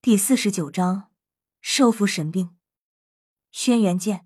第49章收服神兵。轩辕剑。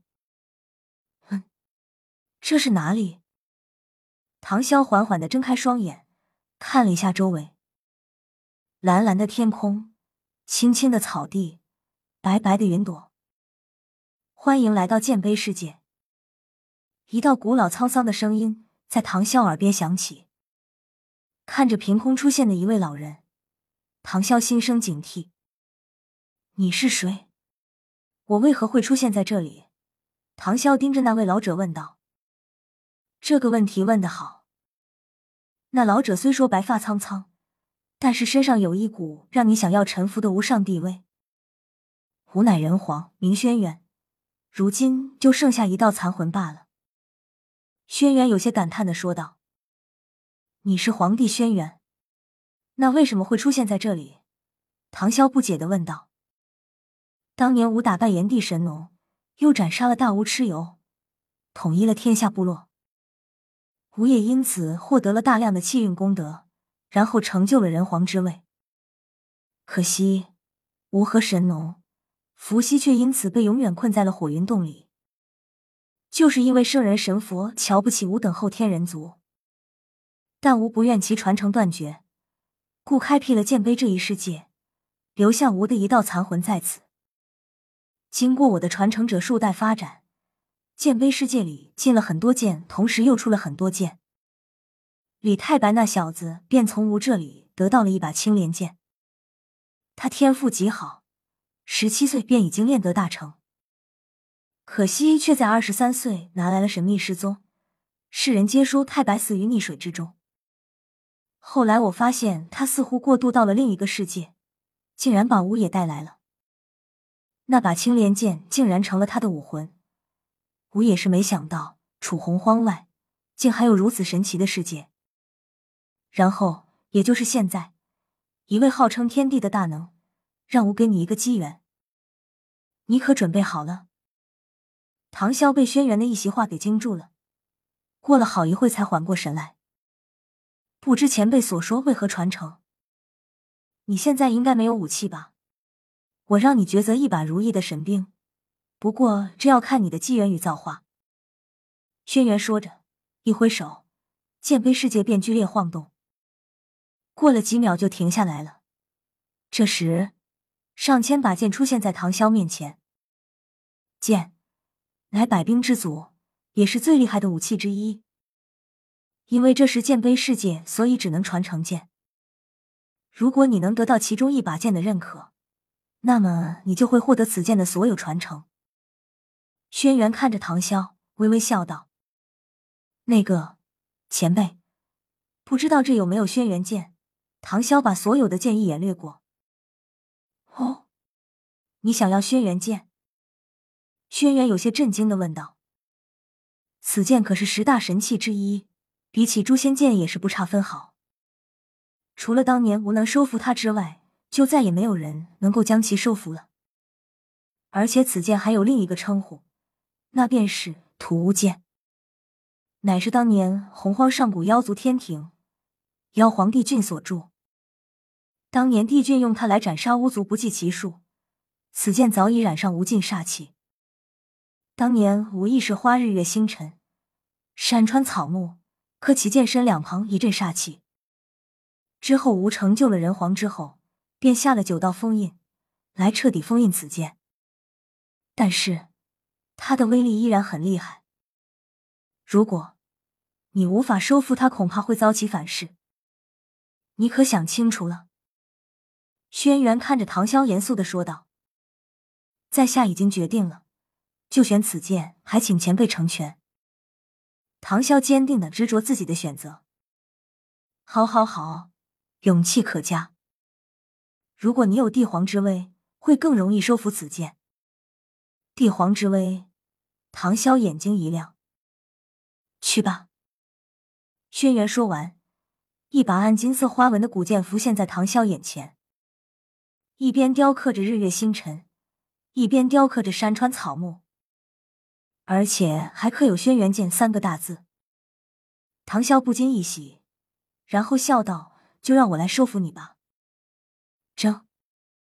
这是哪里？唐潇缓缓地睁开双眼，看了一下周围。蓝蓝的天空，青青的草地，白白的云朵。欢迎来到剑杯世界。一道古老沧桑的声音在唐潇耳边响起。看着凭空出现的一位老人，唐潇心生警惕。你是谁？我为何会出现在这里？唐潇盯着那位老者问道。这个问题问得好。那老者虽说白发苍苍，但是身上有一股让你想要臣服的无上地位。吾乃人皇，名轩辕，如今就剩下一道残魂罢了。轩辕有些感叹地说道。你是皇帝轩辕？那为什么会出现在这里？唐潇不解地问道。当年吾打败炎帝神农，又斩杀了大巫蚩尤，统一了天下部落。吾也因此获得了大量的气运功德，然后成就了人皇之位。可惜，吾和神农、伏羲却因此被永远困在了火云洞里。就是因为圣人神佛瞧不起吾等后天人族，但吾不愿其传承断绝，故开辟了剑杯这一世界，留下吾的一道残魂在此。经过我的传承者数代发展，剑杯世界里进了很多剑，同时又出了很多剑。李太白那小子便从吾这里得到了一把青莲剑。他天赋极好，17岁便已经练得大成。可惜却在23岁拿来了神秘失踪，世人皆说太白死于溺水之中。后来我发现他似乎过渡到了另一个世界，竟然把吾也带来了。那把青莲剑竟然成了他的武魂，吾也是没想到，楚洪荒外竟还有如此神奇的世界。然后，也就是现在，一位号称天帝的大能，让吾给你一个机缘。你可准备好了？唐潇被轩辕的一席话给惊住了，过了好一会才缓过神来。不知前辈所说为何传承？你现在应该没有武器吧？我让你抉择一把如意的神兵，不过这要看你的机缘与造化。轩辕说着，一挥手，剑杯世界便剧烈晃动。过了几秒就停下来了。这时，上千把剑出现在唐潇面前。剑，乃百兵之祖，也是最厉害的武器之一。因为这是剑杯世界，所以只能传承剑。如果你能得到其中一把剑的认可，那么你就会获得此剑的所有传承。轩辕看着唐潇，微微笑道：那个，前辈，不知道这有没有轩辕剑？唐潇把所有的剑一眼掠过。哦，你想要轩辕剑？轩辕有些震惊地问道。此剑可是10大神器之一，比起诛仙剑也是不差分毫。除了当年吾能收服它之外，就再也没有人能够将其收服了。而且此剑还有另一个称呼，那便是土巫剑，乃是当年洪荒上古妖族天庭妖皇帝俊所铸。当年帝俊用它来斩杀巫族不计其数，此剑早已染上无尽煞气。当年吾亦是花日月星辰，山川草木，刻其剑身两旁一阵煞气。之后吾成就了人皇之后，便下了9道封印，来彻底封印此剑。但是，它的威力依然很厉害。如果你无法收服它，恐怕会遭其反噬。你可想清楚了？轩辕看着唐潇严肃地说道。在下已经决定了，就选此剑，还请前辈成全。唐潇坚定地执着自己的选择。好好好，勇气可嘉。如果你有帝皇之威，会更容易收服此剑。帝皇之威，唐潇眼睛一亮。去吧。轩辕说完，一把暗金色花纹的古剑浮现在唐潇眼前，一边雕刻着日月星辰，一边雕刻着山川草木，而且还刻有轩辕剑3个大字。唐潇不禁一喜，然后笑道：就让我来收服你吧。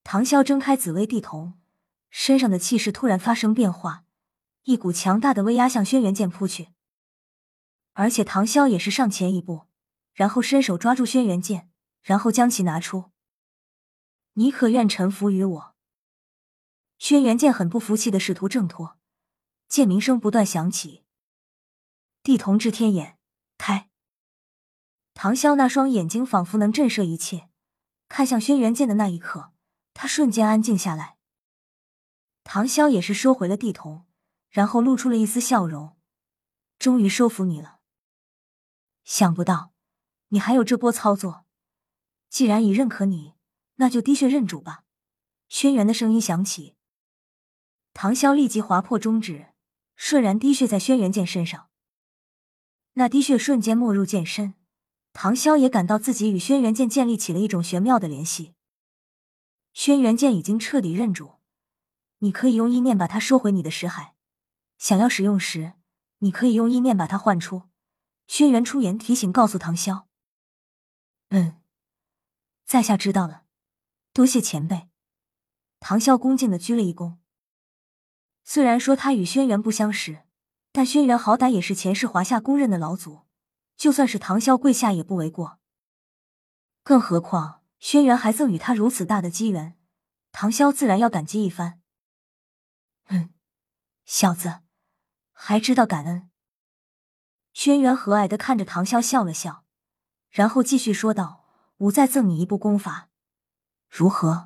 唐潇睁开紫薇地瞳，身上的气势突然发生变化，一股强大的威压向轩辕剑扑去。而且唐潇也是上前一步，然后伸手抓住轩辕剑，然后将其拿出。你可愿臣服于我？轩辕剑很不服气的试图挣脱，剑鸣声不断响起。地瞳至天眼，开！唐潇那双眼睛仿佛能震慑一切，看向轩辕剑的那一刻，他瞬间安静下来。唐潇也是收回了地瞳，然后露出了一丝笑容，终于收服你了。想不到你还有这波操作，既然已认可你，那就滴血认主吧。轩辕的声音响起，唐潇立即划破中指，瞬然滴血在轩辕剑身上。那滴血瞬间没入剑身，唐潇也感到自己与轩辕剑建立起了一种玄妙的联系。轩辕剑已经彻底认主，你可以用意念把它收回你的识海，想要使用时，你可以用意念把它唤出。轩辕出言提醒告诉唐潇。在下知道了，多谢前辈。唐潇恭敬地鞠了一躬。虽然说他与轩辕不相识，但轩辕好歹也是前世华夏公认的老祖，就算是唐潇跪下也不为过。更何况轩辕还赠予他如此大的机缘，唐潇自然要感激一番。小子，还知道感恩。轩辕和蔼地看着唐潇笑了笑，然后继续说道：“吾再赠你一部功法，如何？”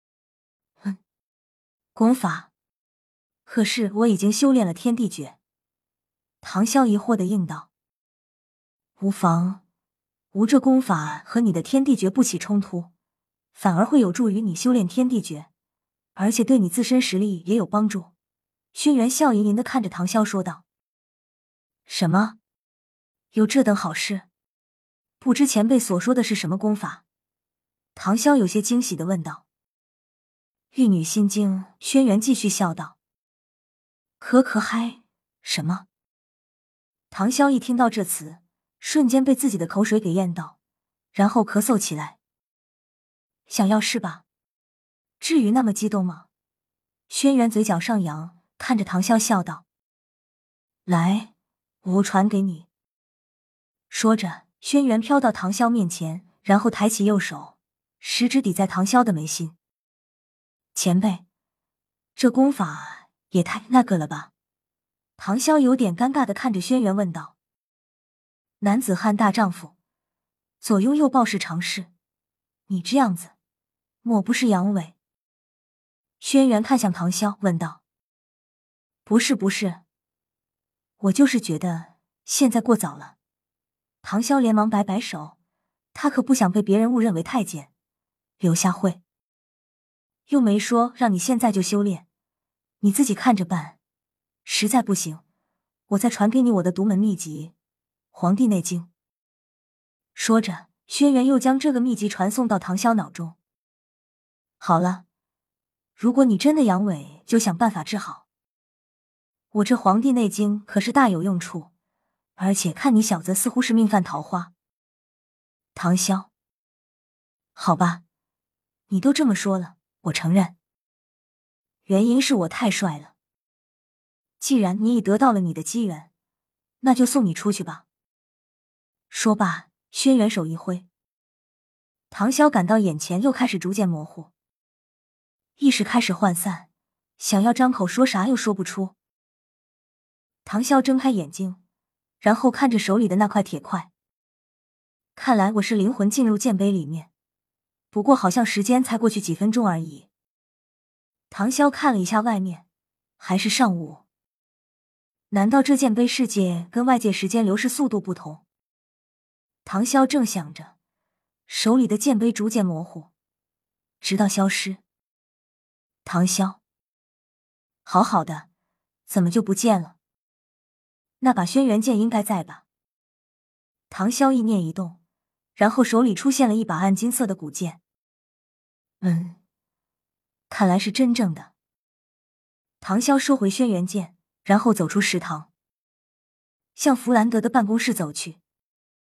功法？可是我已经修炼了天地诀。唐潇疑惑地应道：“无妨，吾这功法和你的天地诀不起冲突，反而会有助于你修炼天地诀，而且对你自身实力也有帮助。”轩辕笑吟吟地看着唐潇说道：“什么？有这等好事？不知前辈所说的是什么功法？”唐潇有些惊喜地问道。玉女心经，轩辕继续笑道。可嗨，什么？唐潇一听到这词，瞬间被自己的口水给咽到，然后咳嗽起来。想要是吧？至于那么激动吗？轩辕嘴角上扬，看着唐潇笑道。来，我传给你。说着，轩辕飘到唐潇面前，然后抬起右手，食指抵在唐潇的眉心。前辈，这功法也太那个了吧？唐潇有点尴尬地看着轩辕问道。男子汉大丈夫，左拥右抱是常事，你这样子，莫不是阳痿？轩辕看向唐潇问道。不是，我就是觉得现在过早了。唐潇连忙摆摆手，他可不想被别人误认为太监，留下会。又没说让你现在就修炼，你自己看着办。实在不行，我再传给你我的独门秘籍《黄帝内经》。说着，轩辕又将这个秘籍传送到唐潇脑中。好了，如果你真的阳痿，就想办法治好。我这《黄帝内经》可是大有用处，而且看你小子似乎是命犯桃花。唐潇，好吧，你都这么说了，我承认。原因是我太帅了。既然你已得到了你的机缘，那就送你出去吧。说罢，轩辕手一挥，唐潇感到眼前又开始逐渐模糊，意识开始涣散，想要张口说啥又说不出。唐潇睁开眼睛，然后看着手里的那块铁块。看来我是灵魂进入剑杯里面，不过好像时间才过去几分钟而已。唐潇看了一下外面，还是上午。难道这剑杯世界跟外界时间流逝速度不同？唐潇正想着，手里的剑杯逐渐模糊，直到消失。唐潇，好好的，怎么就不见了？那把轩辕剑应该在吧？唐潇意念一动，然后手里出现了一把暗金色的古剑。看来是真正的。唐潇收回轩辕剑，然后走出食堂，向弗兰德的办公室走去。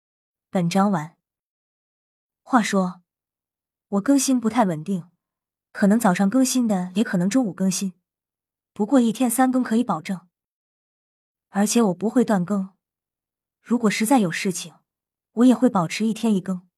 本章完。话说，我更新不太稳定， 可能早上更新的，也可能周五更新，不过1天3更可以保证。而且我不会断更，如果实在有事情，我也会保持1天1更。